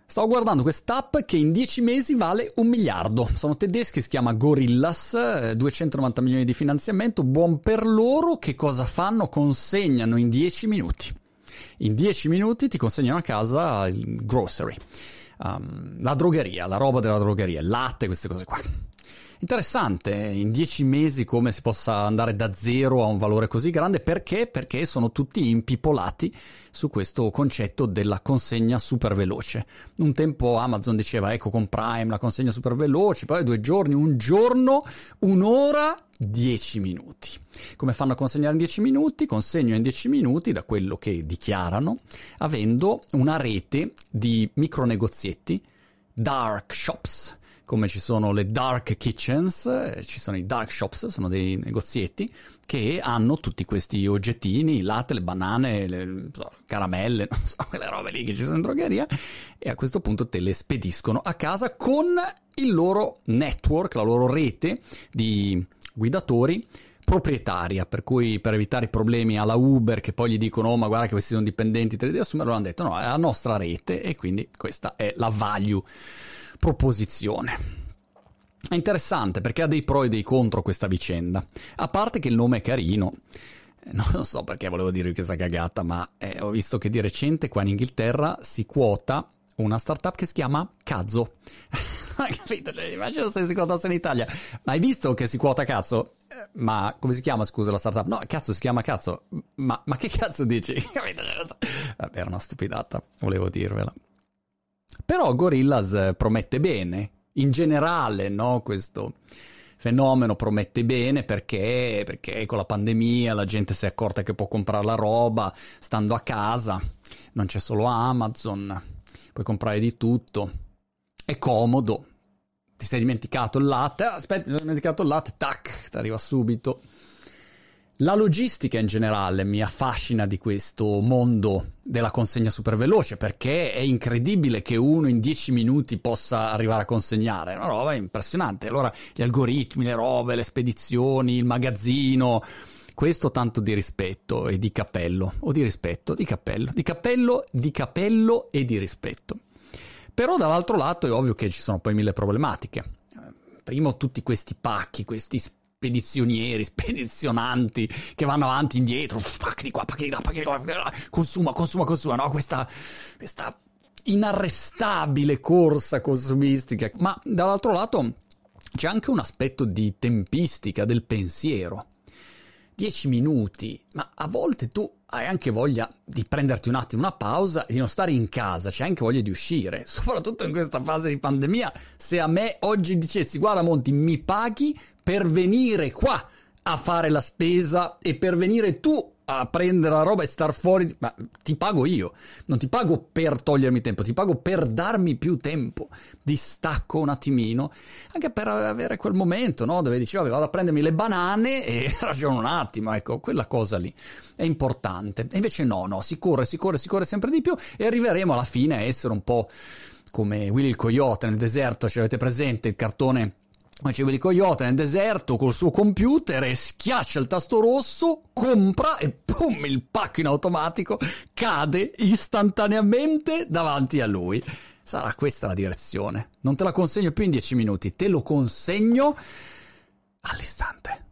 Stavo guardando quest'app che in 10 mesi vale 1 miliardo. Sono tedeschi, si chiama Gorillas, 290 milioni di finanziamento, buon per loro. Che cosa fanno? Consegnano in 10 minuti. In 10 minuti ti consegnano a casa il grocery, la drogheria, la roba della drogheria, il latte, queste cose qua. Interessante, in 10 mesi come si possa andare da zero a un valore così grande. Perché? Perché sono tutti impipolati su questo concetto della consegna super veloce. Un tempo Amazon diceva ecco con Prime la consegna super veloce, poi 2 giorni, un giorno, un'ora, 10 minuti. Come fanno a consegnare in 10 minuti? Consegno in 10 minuti da quello che dichiarano, avendo una rete di micronegozietti, dark shops. Come ci sono le dark kitchens, ci sono i dark shops, sono dei negozietti che hanno tutti questi oggettini, il latte, le banane, le caramelle, non so, quelle robe lì che ci sono in drogheria, e a questo punto te le spediscono a casa con il loro network, la loro rete di guidatori proprietaria, per cui per evitare i problemi alla Uber che poi gli dicono oh ma guarda che questi sono dipendenti, te li devi assumere, loro hanno detto no, è la nostra rete e quindi questa è la value proposizione. È interessante perché ha dei pro e dei contro questa vicenda, a parte che il nome è carino. Non so perché volevo dirvi questa cagata, ma ho visto che di recente qua in Inghilterra si quota una startup che si chiama Cazzo. Hai capito? Cioè, immagino se si quotasse in Italia. Ma hai visto che si quota Cazzo? Ma come si chiama, scusa, la startup? No, Cazzo, si chiama Cazzo. Ma che cazzo dici? Capito? Vabbè, era una stupidata, volevo dirvela. Però Gorillas promette bene, in generale, no? Questo fenomeno promette bene perché con la pandemia la gente si è accorta che può comprare la roba stando a casa, non c'è solo Amazon, puoi comprare di tutto, è comodo, ti sei dimenticato il latte, aspetta, ti sei dimenticato il latte, tac, ti arriva subito. La logistica in generale mi affascina di questo mondo della consegna super veloce, perché è incredibile che uno in 10 minuti possa arrivare a consegnare, è una roba impressionante. Allora gli algoritmi, le robe, le spedizioni, il magazzino, questo tanto di rispetto e di cappello, o di rispetto, di cappello e di rispetto. Però dall'altro lato è ovvio che ci sono poi 1000 problematiche. Primo tutti questi pacchi, questi spedizionieri, spedizionanti che vanno avanti e indietro, pacchi di qua, pacchi di là, consuma, no? Questa inarrestabile corsa consumistica. Ma dall'altro lato c'è anche un aspetto di tempistica del pensiero. 10 minuti, ma a volte tu hai anche voglia di prenderti un attimo una pausa e di non stare in casa, c'hai anche voglia di uscire, soprattutto in questa fase di pandemia. Se a me oggi dicessi guarda Monti, mi paghi per venire qua a fare la spesa e per venire tu a prendere la roba e star fuori, ma ti pago io, non ti pago per togliermi tempo, ti pago per darmi più tempo, distacco un attimino, anche per avere quel momento, no, dove dici vabbè vado a prendermi le banane e ragiono un attimo, ecco, quella cosa lì è importante. E invece no, si corre sempre di più e arriveremo alla fine a essere un po' come Willy il Coyote nel deserto. Ci avete presente il cartone? C'è Willy Coyote nel deserto col suo computer e schiaccia il tasto rosso, compra e pum, il pacco in automatico cade istantaneamente davanti a lui. Sarà questa la direzione. Non te la consegno più in 10 minuti, te lo consegno all'istante.